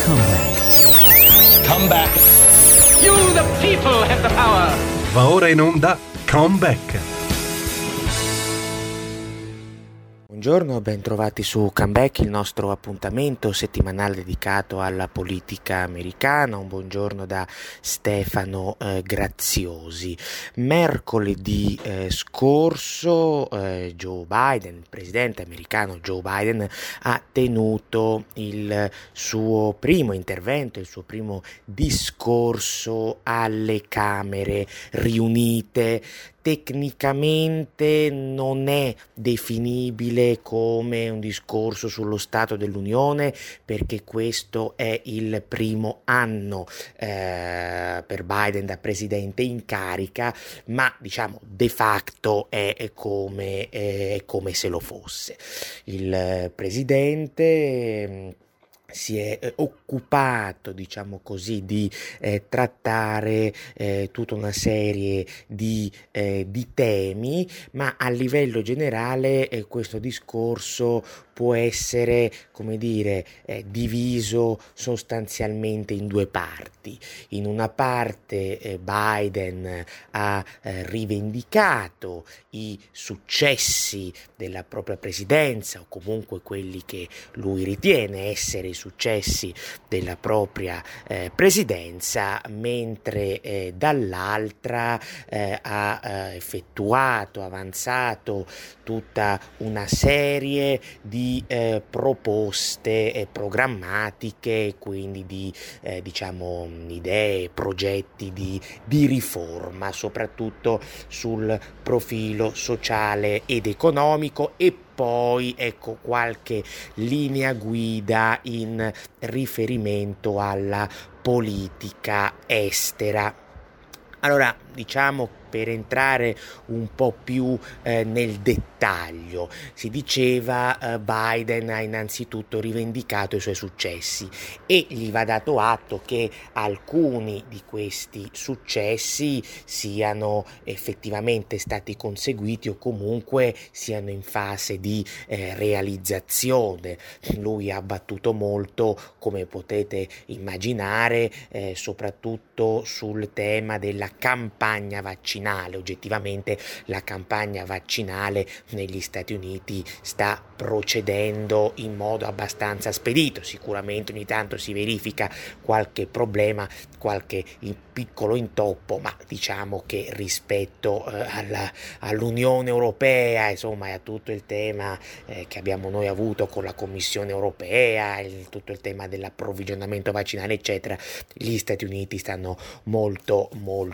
Comeback. Come back. You the people have the power. Va ora in onda Comeback. Buongiorno, ben trovati su Comeback, il nostro appuntamento settimanale dedicato alla politica americana. Un buongiorno da Stefano Graziosi. Mercoledì scorso Joe Biden, il presidente americano Joe Biden, ha tenuto il suo primo intervento, il suo primo discorso alle Camere riunite. Tecnicamente non è definibile come un discorso sullo Stato dell'Unione, perché questo è il primo anno per Biden da presidente in carica, ma diciamo de facto è come se lo fosse. Il presidente si è occupato, diciamo così, di trattare tutta una serie di temi, ma a livello generale questo discorso può essere, come dire, diviso sostanzialmente in due parti. In una parte Biden ha rivendicato i successi della propria presidenza, o comunque quelli che lui ritiene essere i successi della propria presidenza, mentre dall'altra ha avanzato tutta una serie di proposte programmatiche, quindi di diciamo idee, progetti di riforma, soprattutto sul profilo sociale ed economico, e poi ecco qualche linea guida in riferimento alla politica estera. Allora, diciamo, per entrare un po' più nel dettaglio, si diceva Biden ha innanzitutto rivendicato i suoi successi e gli va dato atto che alcuni di questi successi siano effettivamente stati conseguiti o comunque siano in fase di realizzazione. Lui ha battuto molto, come potete immaginare, soprattutto sul tema della campagna vaccinale. Oggettivamente la campagna vaccinale negli Stati Uniti sta procedendo in modo abbastanza spedito. Sicuramente ogni tanto si verifica qualche problema, qualche piccolo intoppo, ma diciamo che rispetto all'Unione Europea, insomma, e a tutto il tema che abbiamo noi avuto con la Commissione Europea, tutto il tema dell'approvvigionamento vaccinale eccetera, gli Stati Uniti stanno molto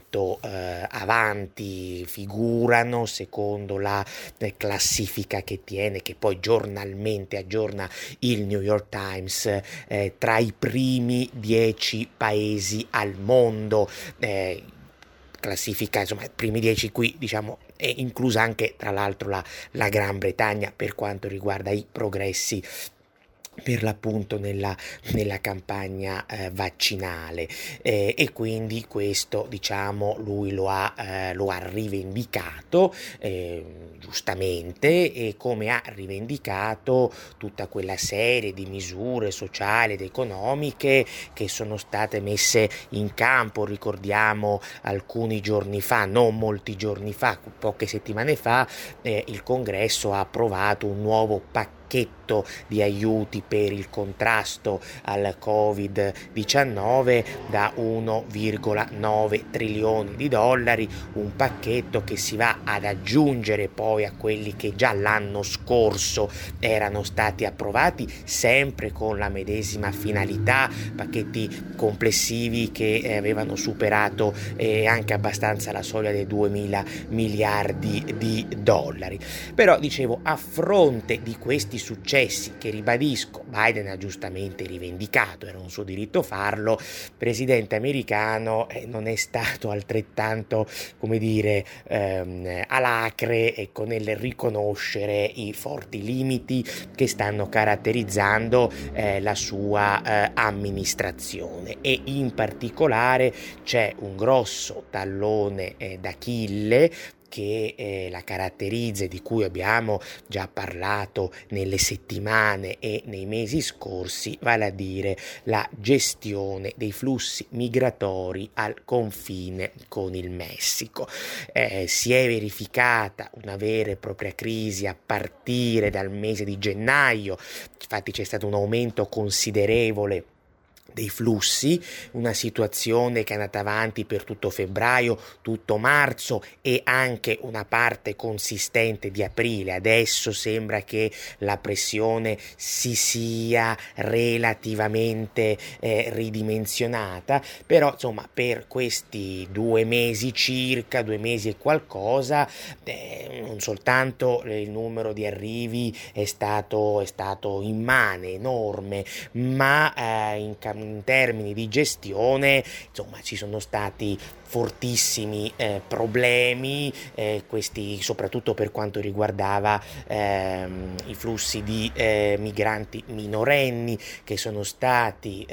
avanti, figurano, secondo la classifica che tiene, che poi giornalmente aggiorna il New York Times, tra i primi 10 paesi al mondo. Classifica, insomma, i primi 10 qui, diciamo, è inclusa anche tra l'altro la Gran Bretagna per quanto riguarda i progressi per l'appunto nella campagna vaccinale, e quindi questo, diciamo, lui lo ha rivendicato giustamente, e come ha rivendicato tutta quella serie di misure sociali ed economiche che sono state messe in campo. Ricordiamo alcuni giorni fa, non molti giorni fa, poche settimane fa, il Congresso ha approvato un nuovo pacchetto di aiuti per il contrasto al Covid-19 da 1,9 trilioni di dollari, un pacchetto che si va ad aggiungere poi a quelli che già l'anno scorso erano stati approvati, sempre con la medesima finalità, pacchetti complessivi che avevano superato anche abbastanza la soglia dei 2.000 miliardi di dollari. Però, dicevo, a fronte di questi successi che, ribadisco, Biden ha giustamente rivendicato, era un suo diritto farlo, il presidente americano non è stato altrettanto, come dire, alacre, ecco, nel riconoscere i forti limiti che stanno caratterizzando la sua amministrazione, e in particolare c'è un grosso tallone d'Achille che la caratterizza, di cui abbiamo già parlato nelle settimane e nei mesi scorsi, vale a dire la gestione dei flussi migratori al confine con il Messico. Si è verificata una vera e propria crisi a partire dal mese di gennaio, infatti c'è stato un aumento considerevole dei flussi, una situazione che è andata avanti per tutto febbraio, tutto marzo e anche una parte consistente di aprile. Adesso sembra che la pressione si sia relativamente ridimensionata, però insomma per questi 2 mesi circa, 2 mesi e qualcosa, non soltanto il numero di arrivi è stato immane, enorme, ma in termini di gestione, insomma, ci sono stati fortissimi problemi, questi soprattutto per quanto riguardava i flussi di migranti minorenni che sono stati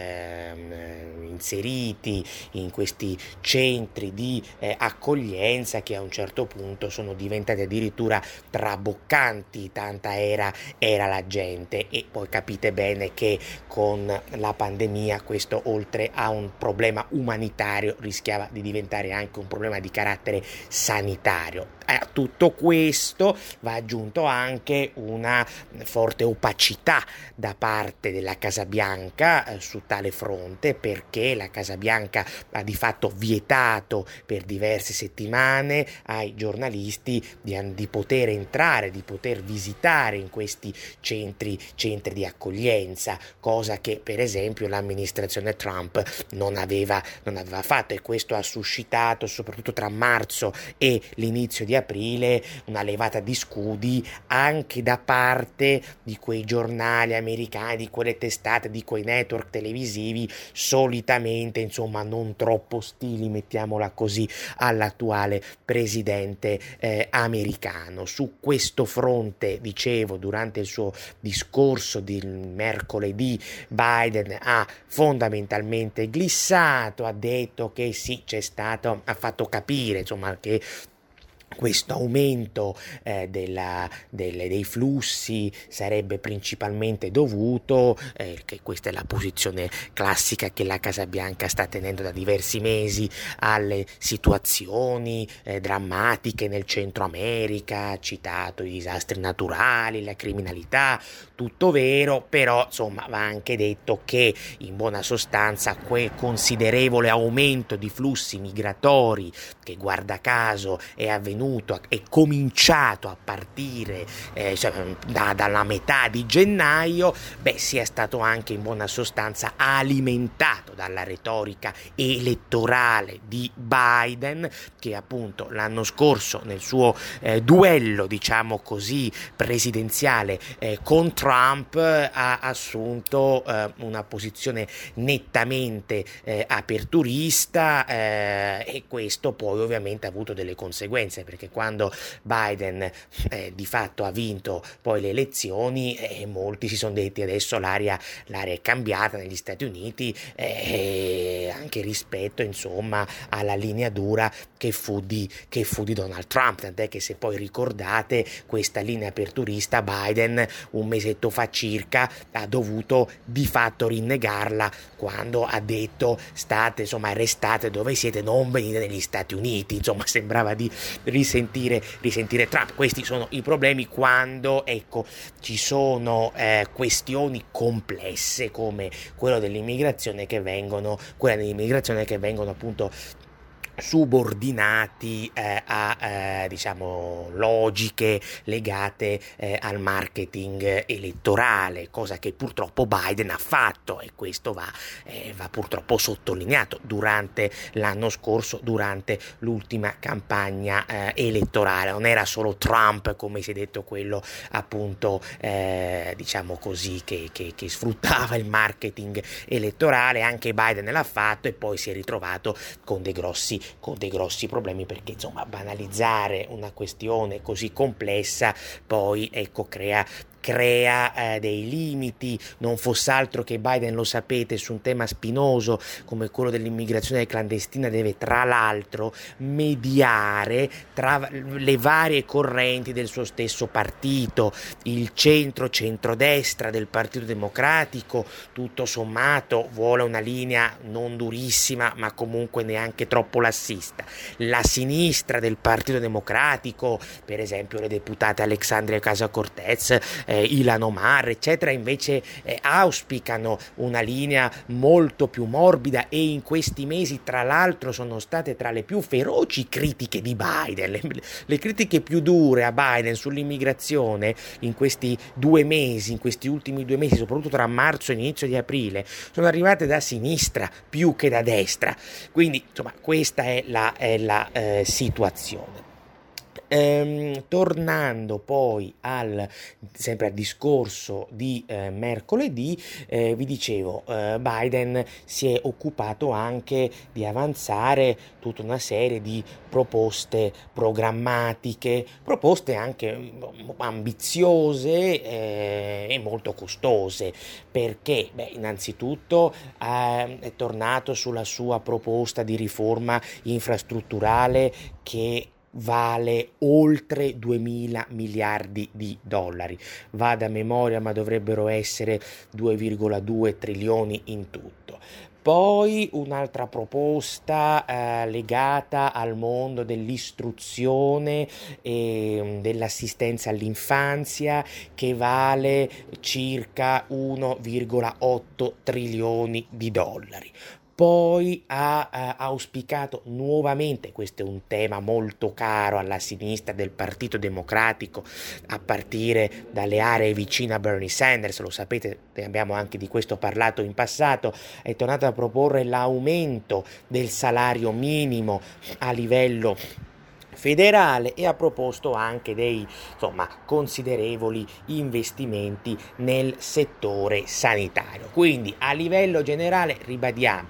inseriti in questi centri di accoglienza, che a un certo punto sono diventati addirittura traboccanti, tanta era la gente. E poi capite bene che con la pandemia questo, oltre a un problema umanitario, rischiava di diventare anche un problema di carattere sanitario. A tutto questo va aggiunto anche una forte opacità da parte della Casa Bianca su tale fronte, perché la Casa Bianca ha di fatto vietato per diverse settimane ai giornalisti di poter entrare, di poter visitare in questi centri di accoglienza, cosa che per esempio l'amministrazione Trump non aveva fatto, e questo ha suscitato soprattutto tra marzo e l'inizio di aprile una levata di scudi anche da parte di quei giornali americani, di quelle testate, di quei network televisivi solitamente insomma non troppo ostili, mettiamola così, all'attuale presidente americano. Su questo fronte, dicevo, durante il suo discorso di mercoledì Biden ha fondamentalmente glissato, ha detto che sì, ha fatto capire insomma che questo aumento dei flussi sarebbe principalmente dovuto, che questa è la posizione classica che la Casa Bianca sta tenendo da diversi mesi, alle situazioni drammatiche nel Centro America, ha citato i disastri naturali, la criminalità, tutto vero, però insomma va anche detto che in buona sostanza quel considerevole aumento di flussi migratori che guarda caso è cominciato a partire dalla metà di gennaio, sia stato anche in buona sostanza alimentato dalla retorica elettorale di Biden, che appunto l'anno scorso nel suo duello, diciamo così, presidenziale con Trump ha assunto una posizione nettamente aperturista, e questo poi ovviamente ha avuto delle conseguenze, perché quando Biden di fatto ha vinto poi le elezioni, molti si sono detti adesso l'aria è cambiata negli Stati Uniti, anche rispetto insomma alla linea dura che fu di Donald Trump, tant'è che se poi ricordate questa linea aperturista Biden un mesetto fa circa ha dovuto di fatto rinnegarla quando ha detto restate dove siete, non venite negli Stati Uniti, insomma sembrava di risentire Trump. Questi sono i problemi quando ci sono questioni complesse come quella dell'immigrazione che vengono appunto subordinati a logiche legate al marketing elettorale, cosa che purtroppo Biden ha fatto, e questo va purtroppo sottolineato durante l'anno scorso, durante l'ultima campagna elettorale. Non era solo Trump, come si è detto, quello appunto che sfruttava il marketing elettorale, anche Biden l'ha fatto, e poi si è ritrovato con dei grossi problemi, perché insomma banalizzare una questione così complessa poi crea crea dei limiti, non fosse altro che Biden, lo sapete, su un tema spinoso come quello dell'immigrazione clandestina deve tra l'altro mediare tra le varie correnti del suo stesso partito, il centrodestra del Partito Democratico tutto sommato vuole una linea non durissima ma comunque neanche troppo lassista, la sinistra del Partito Democratico, per esempio le deputate Alexandria Ocasio-Cortez, Ilhan Omar eccetera, invece auspicano una linea molto più morbida e in questi mesi tra l'altro sono state tra le più feroci critiche di Biden, le critiche più dure a Biden sull'immigrazione in questi 2 mesi, in questi ultimi 2 mesi, soprattutto tra marzo e inizio di aprile, sono arrivate da sinistra più che da destra, quindi insomma questa è la situazione. Tornando poi sempre al discorso di mercoledì, vi dicevo, Biden si è occupato anche di avanzare tutta una serie di proposte programmatiche, proposte anche ambiziose e molto costose, perché innanzitutto è tornato sulla sua proposta di riforma infrastrutturale che vale oltre 2.000 miliardi di dollari. Vado a memoria, ma dovrebbero essere 2,2 trilioni in tutto. Poi un'altra proposta legata al mondo dell'istruzione e dell'assistenza all'infanzia che vale circa 1,8 trilioni di dollari. Poi ha auspicato nuovamente, questo è un tema molto caro alla sinistra del Partito Democratico, a partire dalle aree vicine a Bernie Sanders, lo sapete, ne abbiamo anche di questo parlato in passato, è tornato a proporre l'aumento del salario minimo a livello federale e ha proposto anche dei considerevoli investimenti nel settore sanitario. Quindi a livello generale ribadiamo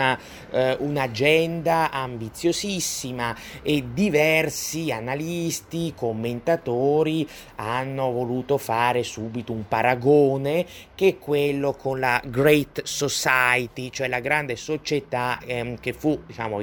un'agenda ambiziosissima e diversi analisti, commentatori hanno voluto fare subito un paragone che è quello con la Great Society, cioè la grande società che fu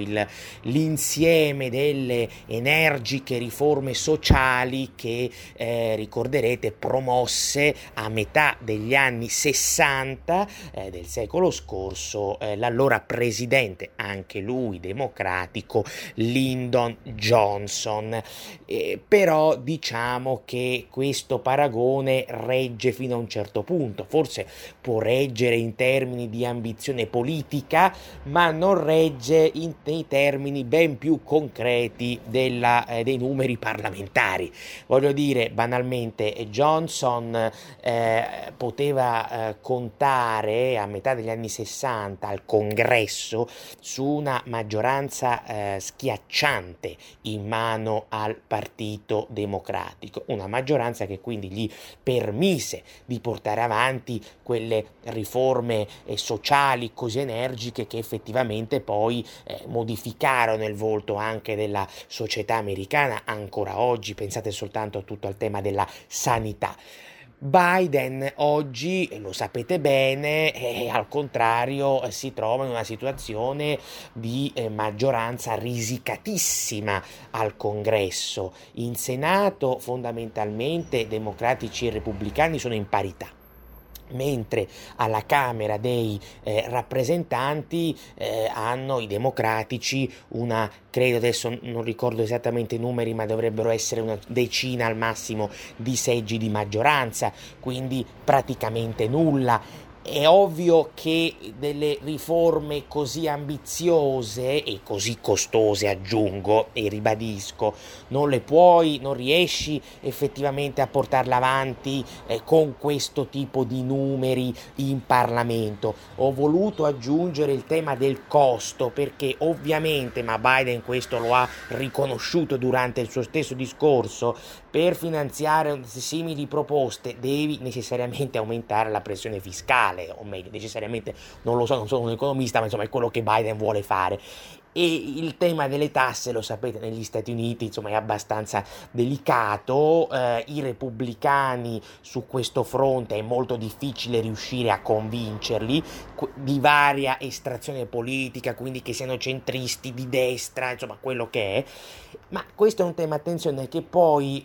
l'insieme delle energiche riforme sociali che ricorderete promosse a metà degli anni 60 del secolo scorso l'allora presidente, anche lui democratico, Lyndon Johnson. Però diciamo che questo paragone regge fino a un certo punto, forse può reggere in termini di ambizione politica, ma non regge nei termini ben più concreti dei numeri parlamentari. Voglio dire, banalmente, Johnson poteva contare a metà degli anni 60 al Congresso su una maggioranza schiacciante in mano al Partito Democratico, una maggioranza che quindi gli permise di portare avanti quelle riforme sociali così energiche che effettivamente poi modificarono il volto anche della società americana ancora oggi. Pensate soltanto a tutto al tema della sanità. Biden oggi, lo sapete bene, al contrario si trova in una situazione di maggioranza risicatissima al Congresso. In Senato fondamentalmente democratici e repubblicani sono in parità, mentre alla Camera dei rappresentanti hanno i democratici credo adesso non ricordo esattamente i numeri, ma dovrebbero essere una decina al massimo di seggi di maggioranza, quindi praticamente nulla. È ovvio che delle riforme così ambiziose e così costose, aggiungo e ribadisco, non riesci effettivamente a portarla avanti con questo tipo di numeri in Parlamento. Ho voluto aggiungere il tema del costo perché ovviamente, ma Biden questo lo ha riconosciuto durante il suo stesso discorso, per finanziare simili proposte devi necessariamente aumentare la pressione fiscale, o meglio, necessariamente non lo so, non sono un economista, ma insomma è quello che Biden vuole fare. E il tema delle tasse, lo sapete, negli Stati Uniti insomma è abbastanza delicato, i repubblicani su questo fronte è molto difficile riuscire a convincerli, di varia estrazione politica, quindi che siano centristi, di destra, insomma quello che è, ma questo è un tema, attenzione, che poi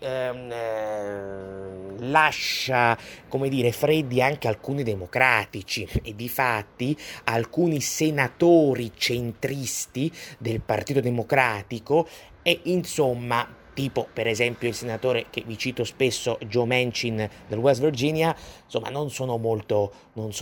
lascia, come dire, freddi anche alcuni democratici, e difatti alcuni senatori centristi del Partito Democratico, e insomma tipo per esempio il senatore che vi cito spesso, Joe Manchin del West Virginia, insomma non sono molto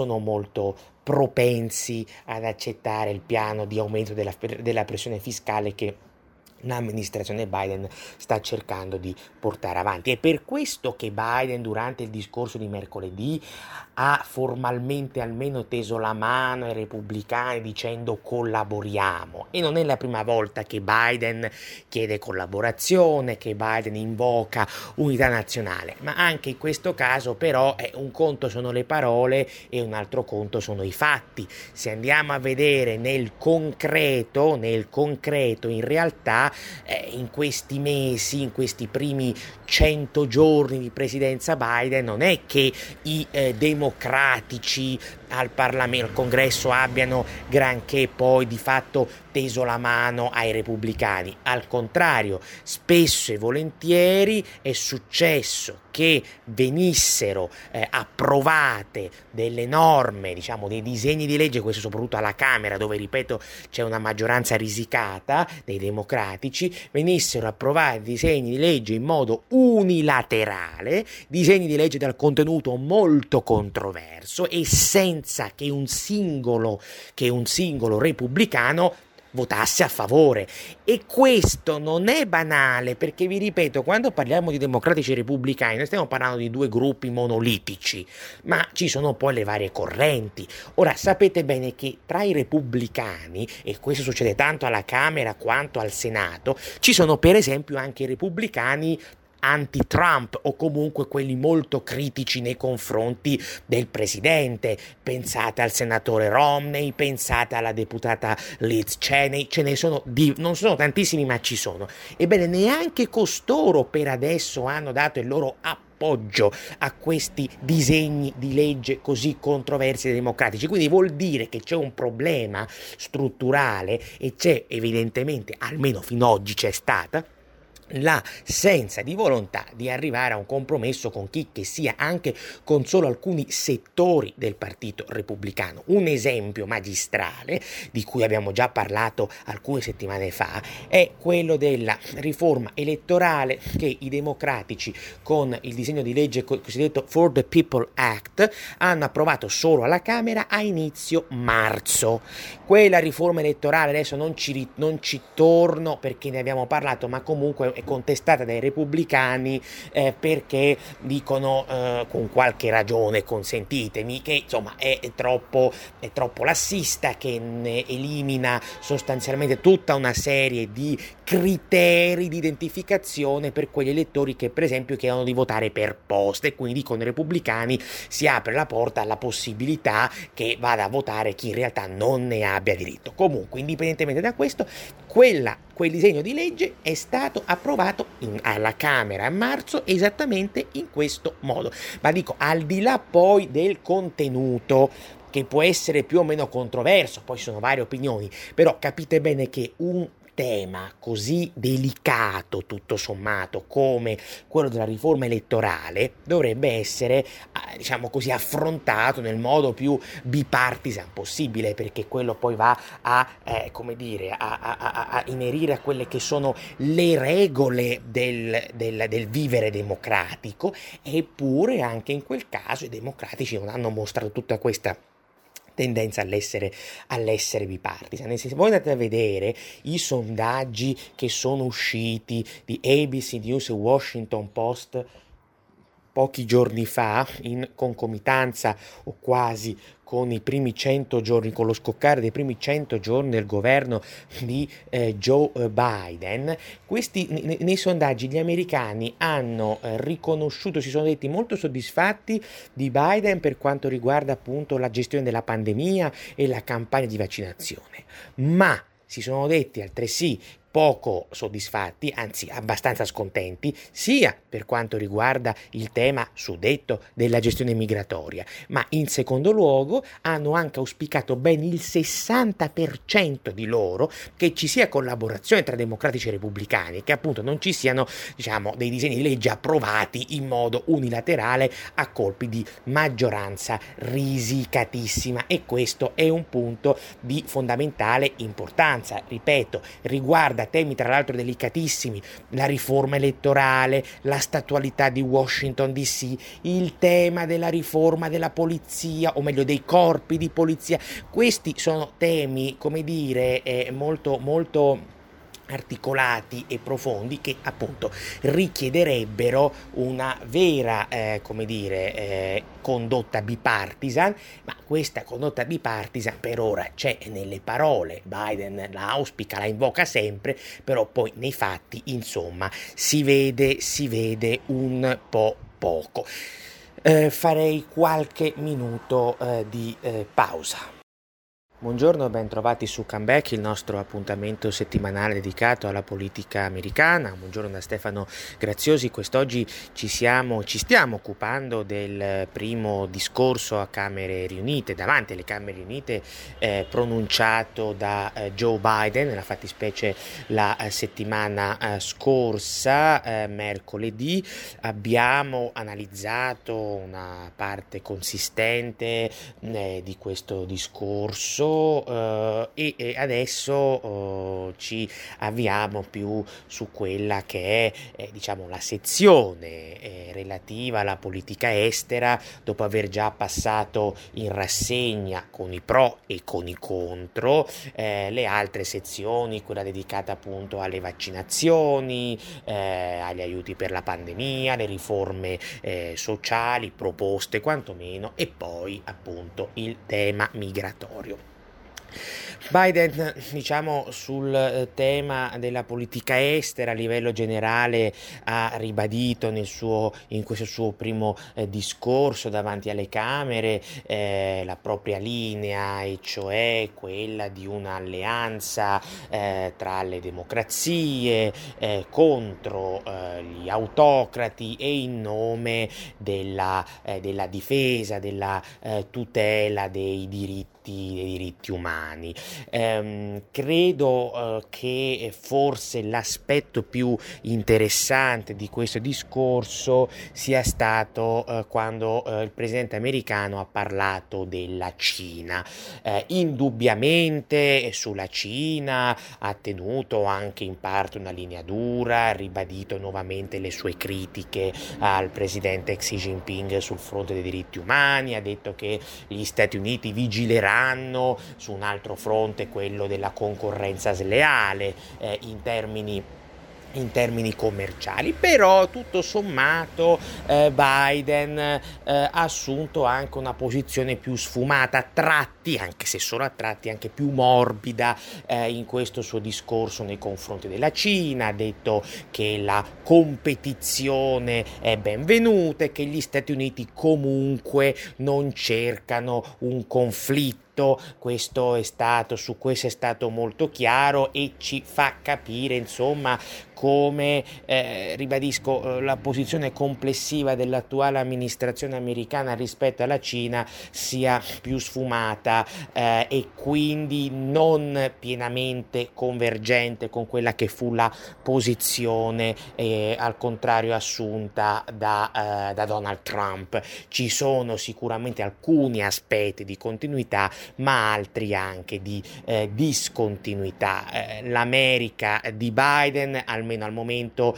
propensi ad accettare il piano di aumento della pressione fiscale che l'amministrazione Biden sta cercando di portare avanti. È per questo che Biden durante il discorso di mercoledì ha formalmente almeno teso la mano ai repubblicani dicendo collaboriamo, e non è la prima volta che Biden chiede collaborazione, che Biden invoca unità nazionale, ma anche in questo caso però un conto sono le parole e un altro conto sono i fatti. Se andiamo a vedere nel concreto in realtà in questi mesi, in questi primi 100 giorni di presidenza Biden, non è che i democratici al Parlamento, al Congresso abbiano granché poi di fatto teso la mano ai repubblicani. Al contrario, spesso e volentieri è successo che venissero approvate delle norme, diciamo dei disegni di legge, questo soprattutto alla Camera, dove ripeto c'è una maggioranza risicata dei democratici, venissero approvati disegni di legge in modo unilaterale, disegni di legge dal contenuto molto controverso e senza che un singolo repubblicano votasse a favore. E questo non è banale, perché vi ripeto, quando parliamo di democratici e repubblicani noi stiamo parlando di due gruppi monolitici, ma ci sono poi le varie correnti. Ora sapete bene che tra i repubblicani, e questo succede tanto alla Camera quanto al Senato, ci sono per esempio anche i repubblicani anti-Trump, o comunque quelli molto critici nei confronti del presidente. Pensate al senatore Romney, pensate alla deputata Liz Cheney, ce ne sono non sono tantissimi, ma ci sono. Ebbene, neanche costoro per adesso hanno dato il loro appoggio a questi disegni di legge così controversi dei democratici. Quindi vuol dire che c'è un problema strutturale, e c'è evidentemente, almeno fino ad oggi c'è stata, l'assenza di volontà di arrivare a un compromesso con chi che sia, anche con solo alcuni settori del Partito Repubblicano. Un esempio magistrale, di cui abbiamo già parlato alcune settimane fa, è quello della riforma elettorale che i democratici, con il disegno di legge cosiddetto For the People Act, hanno approvato solo alla Camera a inizio marzo. Quella riforma elettorale, adesso non ci torno perché ne abbiamo parlato, ma comunque è contestata dai repubblicani perché dicono, con qualche ragione, consentitemi, che insomma è troppo lassista, che ne elimina sostanzialmente tutta una serie di criteri di identificazione per quegli elettori che per esempio chiedono di votare per posta, e quindi con i repubblicani si apre la porta alla possibilità che vada a votare chi in realtà non ne abbia diritto. Comunque, indipendentemente da questo, quel disegno di legge è stato approvato alla Camera a marzo esattamente in questo modo. Ma dico, al di là poi del contenuto, che può essere più o meno controverso, poi ci sono varie opinioni, però capite bene che un tema così delicato, tutto sommato, come quello della riforma elettorale, dovrebbe essere, diciamo così, affrontato nel modo più bipartisan possibile, perché quello poi va a inerire a quelle che sono le regole del vivere democratico. Eppure anche in quel caso i democratici non hanno mostrato tutta questa tendenza all'essere bipartisan. Se voi andate a vedere i sondaggi che sono usciti di ABC News e Washington Post pochi giorni fa, in concomitanza o quasi con i primi 100 giorni, con lo scoccare dei primi 100 giorni del governo di Joe Biden, nei sondaggi gli americani hanno riconosciuto, si sono detti molto soddisfatti di Biden per quanto riguarda appunto la gestione della pandemia e la campagna di vaccinazione, ma si sono detti altresì poco soddisfatti, anzi abbastanza scontenti, sia per quanto riguarda il tema suddetto della gestione migratoria, ma in secondo luogo hanno anche auspicato ben il 60% di loro che ci sia collaborazione tra democratici e repubblicani, che appunto non ci siano, diciamo, dei disegni di legge approvati in modo unilaterale a colpi di maggioranza risicatissima, e questo è un punto di fondamentale importanza, ripeto, riguarda temi tra l'altro delicatissimi: la riforma elettorale, la statualità di Washington DC, il tema della riforma della polizia, o meglio dei corpi di polizia. Questi sono temi, come dire, molto articolati e profondi, che appunto richiederebbero una vera condotta bipartisan, ma questa condotta bipartisan per ora c'è nelle parole. Biden la auspica, la invoca sempre, però poi nei fatti insomma si vede un po' poco. Farei qualche minuto di pausa. Buongiorno e ben trovati su Comeback, il nostro appuntamento settimanale dedicato alla politica americana. Buongiorno da Stefano Graziosi. Quest'oggi ci stiamo occupando del primo discorso a Camere riunite, davanti alle Camere riunite, pronunciato da Joe Biden, nella fattispecie la settimana scorsa, mercoledì. Abbiamo analizzato una parte consistente di questo discorso. E adesso ci avviamo più su quella che è la sezione relativa alla politica estera, dopo aver già passato in rassegna con i pro e con i contro le altre sezioni, quella dedicata appunto alle vaccinazioni, agli aiuti per la pandemia, le riforme sociali proposte quantomeno, e poi appunto il tema migratorio. Biden, sul tema della politica estera a livello generale ha ribadito in questo suo primo discorso davanti alle Camere la propria linea, e cioè quella di un'alleanza tra le democrazie contro gli autocrati, e in nome della difesa, della tutela dei diritti umani. Credo che forse l'aspetto più interessante di questo discorso sia stato quando il presidente americano ha parlato della Cina. Indubbiamente sulla Cina ha tenuto anche in parte una linea dura, ha ribadito nuovamente le sue critiche al presidente Xi Jinping sul fronte dei diritti umani, ha detto che gli Stati Uniti vigileranno su un altro fronte, quello della concorrenza sleale in termini commerciali. Però tutto sommato Biden ha assunto anche una posizione più sfumata, a tratti, anche se solo a tratti, anche più morbida in questo suo discorso nei confronti della Cina. Ha detto che la competizione è benvenuta e che gli Stati Uniti comunque non cercano un conflitto. Su questo è stato molto chiaro, e ci fa capire insomma come, ribadisco, la posizione complessiva dell'attuale amministrazione americana rispetto alla Cina sia più sfumata e quindi non pienamente convergente con quella che fu la posizione al contrario assunta da Donald Trump. Ci sono sicuramente alcuni aspetti di continuità, ma altri anche di discontinuità. L'America di Biden, almeno al momento,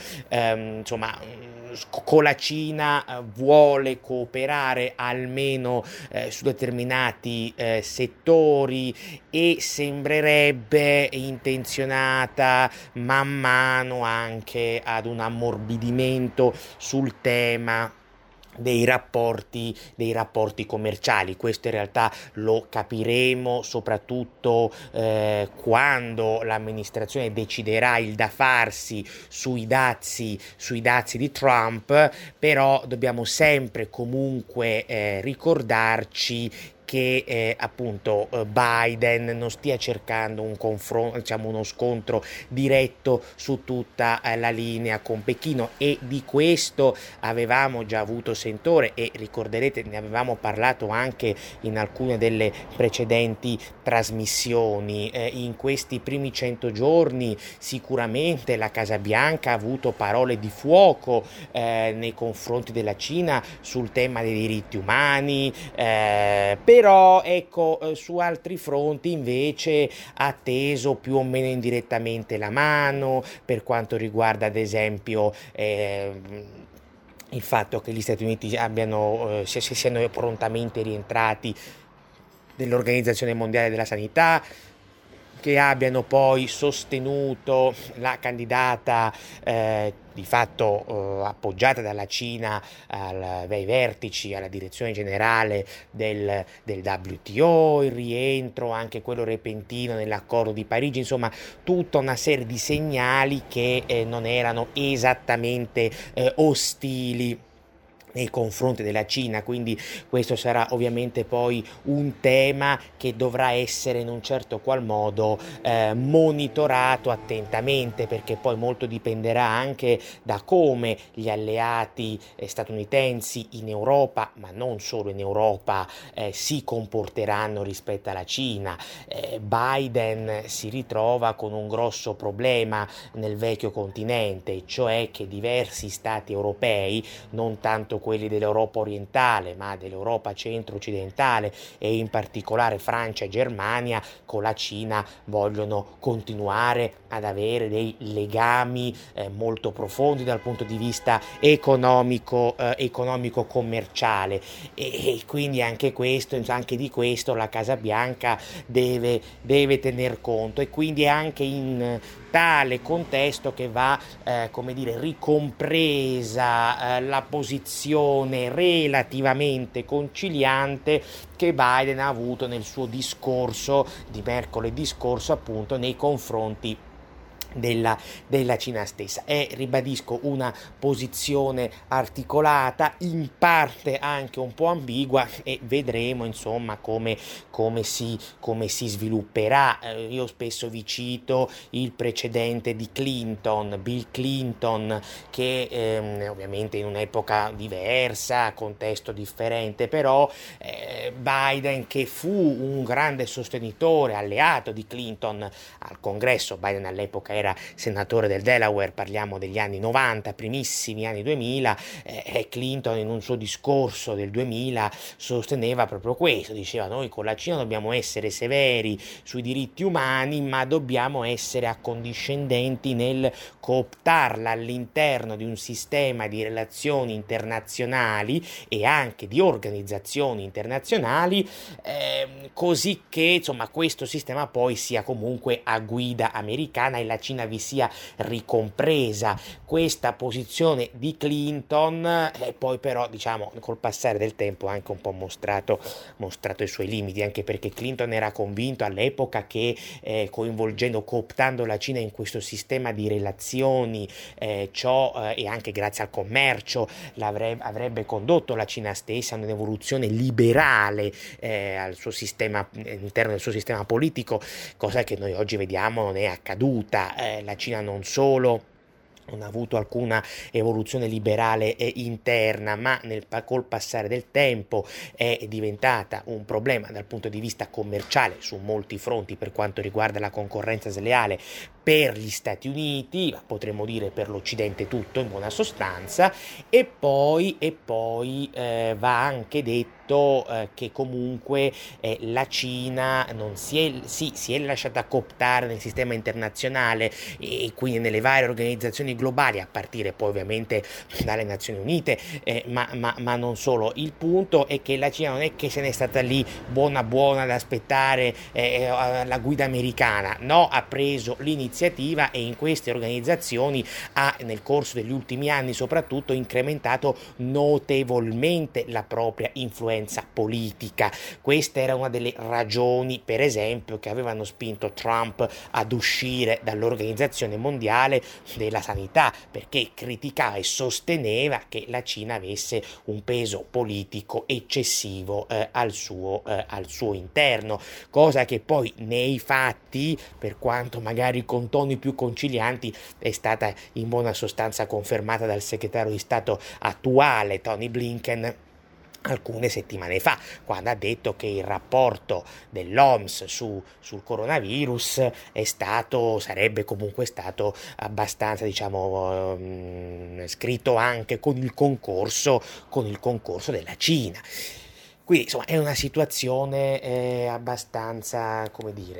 con la Cina vuole cooperare almeno su determinati settori, e sembrerebbe intenzionata man mano anche ad un ammorbidimento sul tema dei rapporti commerciali. Questo in realtà lo capiremo soprattutto quando l'amministrazione deciderà il da farsi sui dazi di Trump. Però dobbiamo sempre comunque ricordarci che appunto Biden non stia cercando un confronto, diciamo uno scontro diretto su tutta la linea con Pechino, e di questo avevamo già avuto sentore e ricorderete ne avevamo parlato anche in alcune delle precedenti trasmissioni. In questi primi 100 giorni sicuramente la Casa Bianca ha avuto parole di fuoco nei confronti della Cina sul tema dei diritti umani, però ecco su altri fronti invece ha teso più o meno indirettamente la mano per quanto riguarda ad esempio il fatto che gli Stati Uniti siano prontamente rientrati dell'Organizzazione Mondiale della Sanità, che abbiano poi sostenuto la candidata di fatto appoggiata dalla Cina ai vertici, alla direzione generale del WTO, il rientro, anche quello repentino nell'accordo di Parigi, insomma tutta una serie di segnali che non erano esattamente ostili nei confronti della Cina. Quindi questo sarà ovviamente poi un tema che dovrà essere in un certo qual modo monitorato attentamente, perché poi molto dipenderà anche da come gli alleati statunitensi in Europa, ma non solo in Europa, si comporteranno rispetto alla Cina. Biden si ritrova con un grosso problema nel vecchio continente, cioè che diversi stati europei, non tanto quelli dell'Europa orientale ma dell'Europa centro-occidentale e in particolare Francia e Germania, con la Cina vogliono continuare ad avere dei legami molto profondi dal punto di vista economico-commerciale, e quindi anche di questo la Casa Bianca deve tener conto, e quindi è anche in tale contesto che va ricompresa la posizione relativamente conciliante che Biden ha avuto nel suo discorso di mercoledì scorso, appunto nei confronti della Cina stessa. È, ribadisco, una posizione articolata, in parte anche un po' ambigua, e vedremo insomma come si svilupperà. Io spesso vi cito il precedente di Bill Clinton, che ovviamente in un'epoca diversa, contesto differente, però Biden, che fu un grande sostenitore, alleato di Clinton al Congresso. Biden all'epoca era senatore del Delaware, parliamo degli anni 90, primissimi anni 2000, Clinton in un suo discorso del 2000 sosteneva proprio questo, diceva: noi con la Cina dobbiamo essere severi sui diritti umani, ma dobbiamo essere accondiscendenti nel cooptarla all'interno di un sistema di relazioni internazionali e anche di organizzazioni internazionali, così che insomma questo sistema poi sia comunque a guida americana e la Cina vi sia ricompresa. Questa posizione di Clinton poi però diciamo col passare del tempo ha anche un po' mostrato i suoi limiti, anche perché Clinton era convinto all'epoca che cooptando la Cina in questo sistema di relazioni, ciò e anche grazie al commercio avrebbe condotto la Cina stessa a un'evoluzione liberale al suo sistema, all'interno del suo sistema politico, cosa che noi oggi vediamo non è accaduta. La Cina non solo non ha avuto alcuna evoluzione liberale interna, ma col passare del tempo è diventata un problema dal punto di vista commerciale su molti fronti per quanto riguarda la concorrenza sleale per gli Stati Uniti, potremmo dire per l'Occidente tutto in buona sostanza, e poi va anche detto che comunque la Cina non si è lasciata cooptare nel sistema internazionale e quindi nelle varie organizzazioni globali, a partire poi ovviamente dalle Nazioni Unite, ma non solo. Il punto è che la Cina non è che se n'è stata lì buona ad aspettare la guida americana, no, ha preso l'iniziativa iniziativa e in queste organizzazioni ha nel corso degli ultimi anni soprattutto incrementato notevolmente la propria influenza politica. Questa era una delle ragioni, per esempio, che avevano spinto Trump ad uscire dall'Organizzazione Mondiale della Sanità, perché criticava e sosteneva che la Cina avesse un peso politico eccessivo al suo interno, cosa che poi nei fatti, per quanto magari con toni più concilianti, è stata in buona sostanza confermata dal segretario di Stato attuale Tony Blinken alcune settimane fa, quando ha detto che il rapporto dell'OMS sul coronavirus sarebbe comunque stato abbastanza, scritto anche con il concorso della Cina. Quindi insomma è una situazione abbastanza,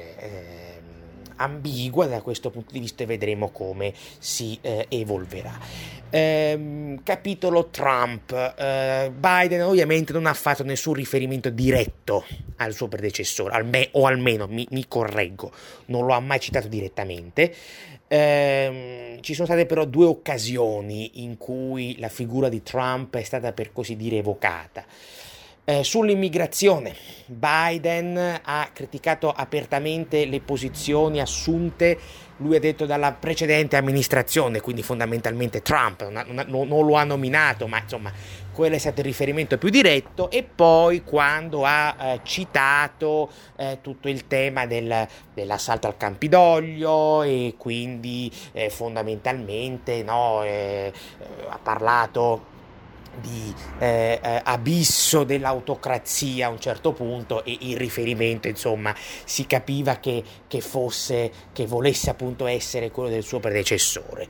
ambigua da questo punto di vista, e vedremo come si evolverà. Capitolo Trump. Biden ovviamente non ha fatto nessun riferimento diretto al suo predecessore, o almeno mi correggo, non lo ha mai citato direttamente. Ci sono state però 2 occasioni in cui la figura di Trump è stata, per così dire, evocata. Sull'immigrazione, Biden ha criticato apertamente le posizioni assunte, lui ha detto, dalla precedente amministrazione, quindi fondamentalmente Trump, non lo ha nominato, ma insomma quello è stato il riferimento più diretto. E poi quando ha citato tutto il tema dell'assalto al Campidoglio, e quindi fondamentalmente ha parlato di abisso dell'autocrazia a un certo punto, e il riferimento insomma si capiva che volesse appunto essere quello del suo predecessore.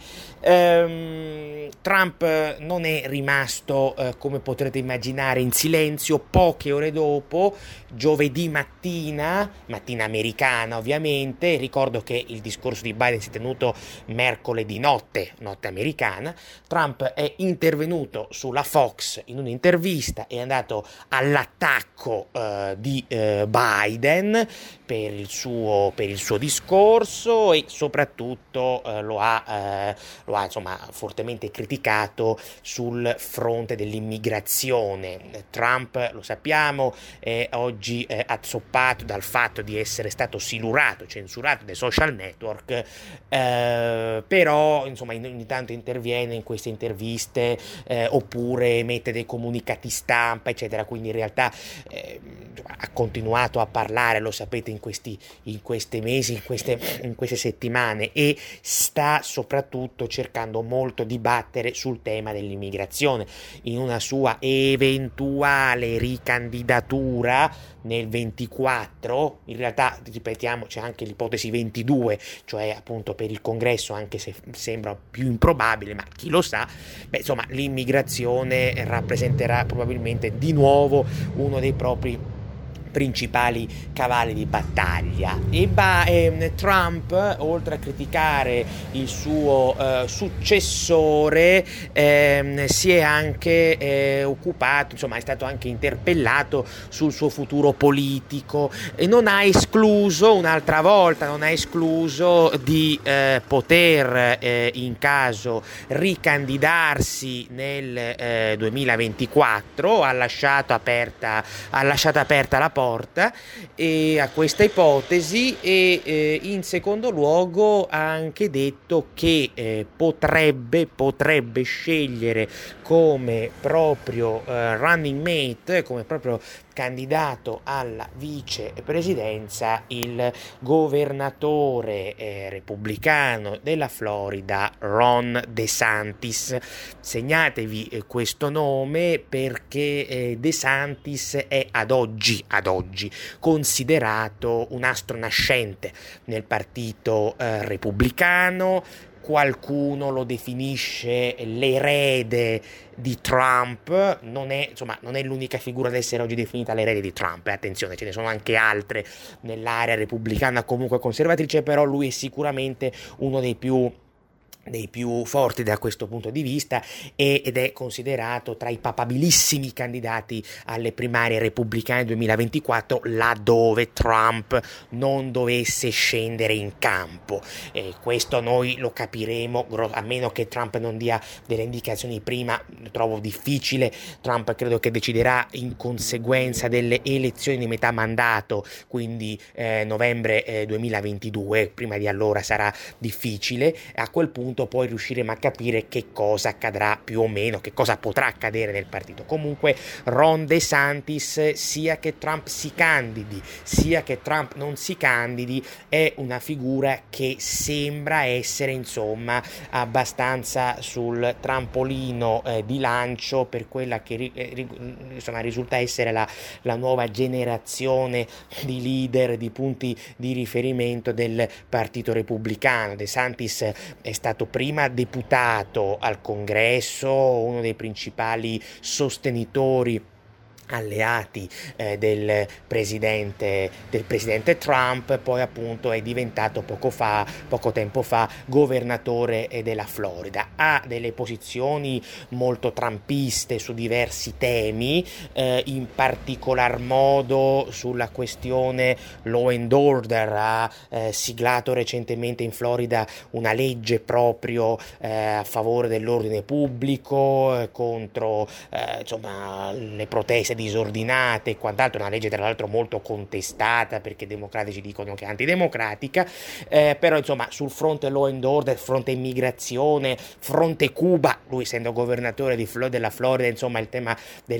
Trump non è rimasto, come potrete immaginare, in silenzio. Poche ore dopo, giovedì mattina americana ovviamente, ricordo che il discorso di Biden si è tenuto mercoledì notte americana, Trump è intervenuto sulla Fox in un'intervista, è andato all'attacco di Biden per il suo discorso, e soprattutto lo ha insomma fortemente criticato sul fronte dell'immigrazione. Trump, lo sappiamo, è oggi azzoppato dal fatto di essere stato censurato dai social network, però insomma ogni tanto interviene in queste interviste, oppure mette dei comunicati stampa eccetera, quindi in realtà ha continuato a parlare, lo sapete, in questi mesi, in queste settimane, e sta soprattutto cercando molto di battere sul tema dell'immigrazione. In una sua eventuale ricandidatura nel 24, in realtà ripetiamo c'è anche l'ipotesi 22, cioè appunto per il congresso, anche se sembra più improbabile, ma chi lo sa, insomma l'immigrazione rappresenterà probabilmente di nuovo uno dei propri principali cavalli di battaglia. E Trump, oltre a criticare il suo successore, si è anche occupato, insomma è stato anche interpellato sul suo futuro politico, e non ha escluso di poter in caso ricandidarsi nel 2024. Ha lasciato aperta la porta a questa ipotesi, e in secondo luogo ha anche detto che potrebbe scegliere come proprio running mate, come proprio candidato alla vicepresidenza, il governatore repubblicano della Florida, Ron DeSantis. Segnatevi questo nome, perché DeSantis è ad oggi considerato un astro nascente nel partito repubblicano. Qualcuno lo definisce l'erede di Trump, non è l'unica figura ad essere oggi definita l'erede di Trump, attenzione, ce ne sono anche altre nell'area repubblicana comunque conservatrice, però lui è sicuramente uno dei più dei più forti da questo punto di vista ed è considerato tra i papabilissimi candidati alle primarie repubblicane 2024 laddove Trump non dovesse scendere in campo. Questo noi lo capiremo, a meno che Trump non dia delle indicazioni prima, lo trovo difficile. Trump credo che deciderà in conseguenza delle elezioni di metà mandato, quindi novembre 2022, prima di allora sarà difficile. A quel punto poi riusciremo a capire che cosa accadrà più o meno, che cosa potrà accadere nel partito. Comunque Ron DeSantis, sia che Trump si candidi sia che Trump non si candidi, è una figura che sembra essere insomma abbastanza sul trampolino di lancio per quella che insomma risulta essere la nuova generazione di leader, di punti di riferimento del Partito Repubblicano. DeSantis è stato prima deputato al Congresso, uno dei principali sostenitori alleati del presidente Trump, poi appunto è diventato poco tempo fa governatore della Florida. Ha delle posizioni molto trumpiste su diversi temi, in particolar modo sulla questione law and order. Ha siglato recentemente in Florida una legge proprio a favore dell'ordine pubblico, contro insomma le proteste disordinate e quant'altro, una legge tra l'altro molto contestata perché i democratici dicono che è antidemocratica, però insomma sul fronte law and order, fronte immigrazione, fronte Cuba, lui essendo governatore della Florida, insomma il tema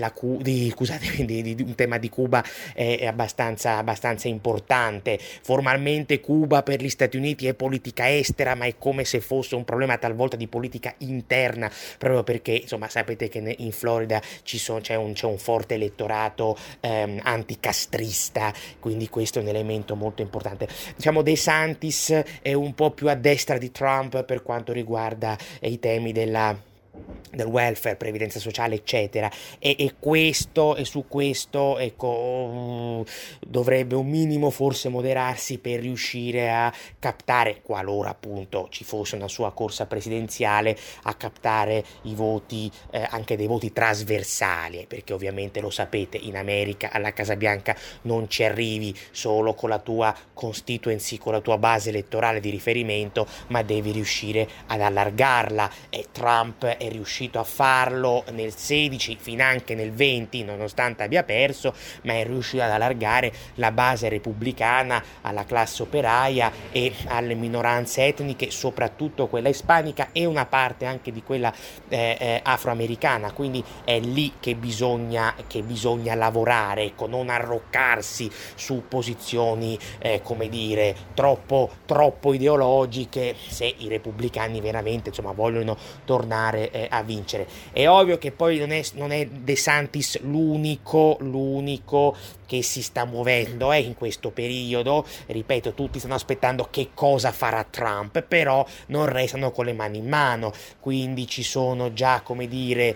un tema di Cuba è abbastanza importante. Formalmente Cuba per gli Stati Uniti è politica estera, ma è come se fosse un problema talvolta di politica interna, proprio perché insomma sapete che in Florida c'è un forte elettorato anticastrista, quindi questo è un elemento molto importante. Diciamo DeSantis è un po' più a destra di Trump per quanto riguarda i temi del welfare, previdenza sociale eccetera, e su questo ecco dovrebbe un minimo forse moderarsi per riuscire a captare, qualora appunto ci fosse una sua corsa presidenziale, a captare i voti, anche dei voti trasversali, perché ovviamente lo sapete, in America alla Casa Bianca non ci arrivi solo con la tua constituency, con la tua base elettorale di riferimento, ma devi riuscire ad allargarla, e Trump è riuscito a farlo nel 16, finanche nel 20, nonostante abbia perso, ma è riuscito ad allargare la base repubblicana alla classe operaia e alle minoranze etniche, soprattutto quella ispanica e una parte anche di quella afroamericana. Quindi è lì che bisogna lavorare, ecco, non arroccarsi su posizioni come dire troppo ideologiche, se i repubblicani veramente insomma vogliono tornare a vincere. È ovvio che poi non è DeSantis l'unico che si sta muovendo in questo periodo. Ripeto, tutti stanno aspettando che cosa farà Trump, però non restano con le mani in mano, quindi ci sono già, come dire,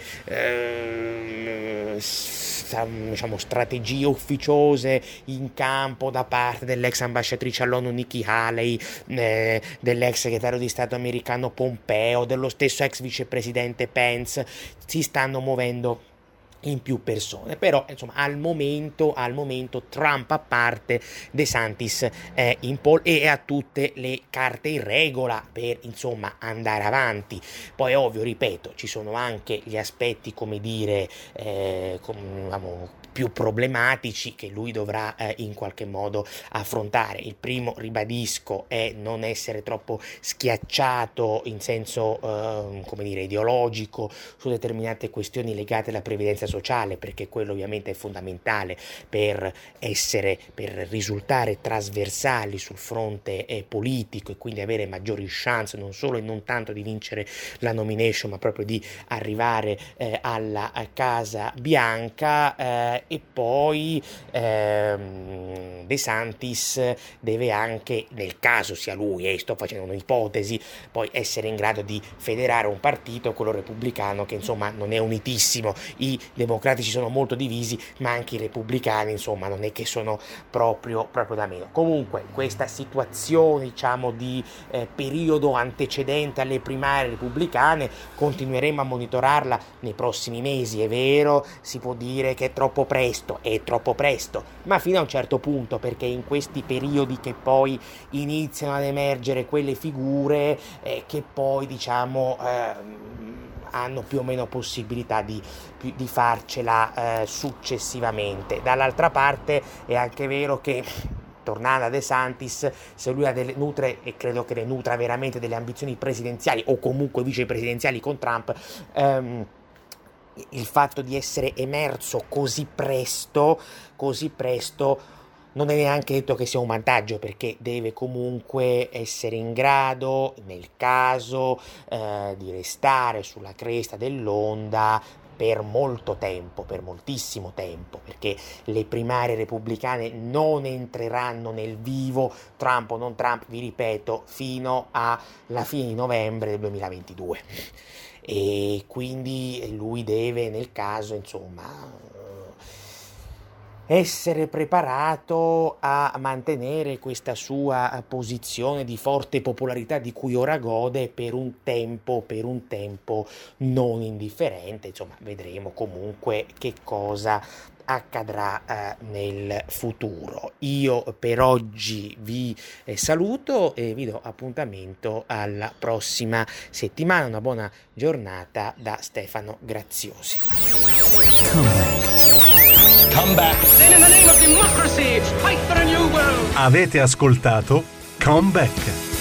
diciamo strategie ufficiose in campo da parte dell'ex ambasciatrice all'ONU Nikki Haley, dell'ex segretario di Stato americano Pompeo, dello stesso ex vicepresidente Pence. Si stanno muovendo in più persone, però insomma al momento Trump a parte, DeSantis è in pole e ha tutte le carte in regola per insomma andare avanti. Poi ovvio, ripeto, ci sono anche gli aspetti, come dire, più problematici che lui dovrà in qualche modo affrontare. Il primo, ribadisco, è non essere troppo schiacciato in senso come dire ideologico su determinate questioni legate alla previdenza sociale, perché quello ovviamente è fondamentale per risultare trasversali sul fronte politico e quindi avere maggiori chance non solo e non tanto di vincere la nomination, ma proprio di arrivare alla Casa Bianca. e poi De Santis deve anche, nel caso sia lui, sto facendo un'ipotesi, poi essere in grado di federare un partito, quello repubblicano, che insomma non è unitissimo. I democratici sono molto divisi, ma anche i repubblicani insomma non è che sono proprio da meno. Comunque questa situazione, diciamo, di periodo antecedente alle primarie repubblicane continueremo a monitorarla nei prossimi mesi. È vero, si può dire che è troppo presto, ma fino a un certo punto, perché in questi periodi che poi iniziano ad emergere quelle figure che poi, diciamo, hanno più o meno possibilità di farcela successivamente. Dall'altra parte è anche vero che, tornando a De Santis, se lui nutre, e credo che le nutra veramente, delle ambizioni presidenziali o comunque vicepresidenziali con Trump, il fatto di essere emerso così presto non è neanche detto che sia un vantaggio, perché deve comunque essere in grado, nel caso, di restare sulla cresta dell'onda per molto tempo, per moltissimo tempo, perché le primarie repubblicane non entreranno nel vivo, Trump o non Trump, vi ripeto, fino alla fine di novembre del 2022. E quindi lui deve, nel caso, insomma, essere preparato a mantenere questa sua posizione di forte popolarità di cui ora gode per un tempo non indifferente. Insomma, vedremo comunque che cosa accadrà nel futuro. Io per oggi vi saluto e vi do appuntamento alla prossima settimana. Una buona giornata da Stefano Graziosi. Come back. Then in the name of democracy, fight for a new world. Avete ascoltato Come Back.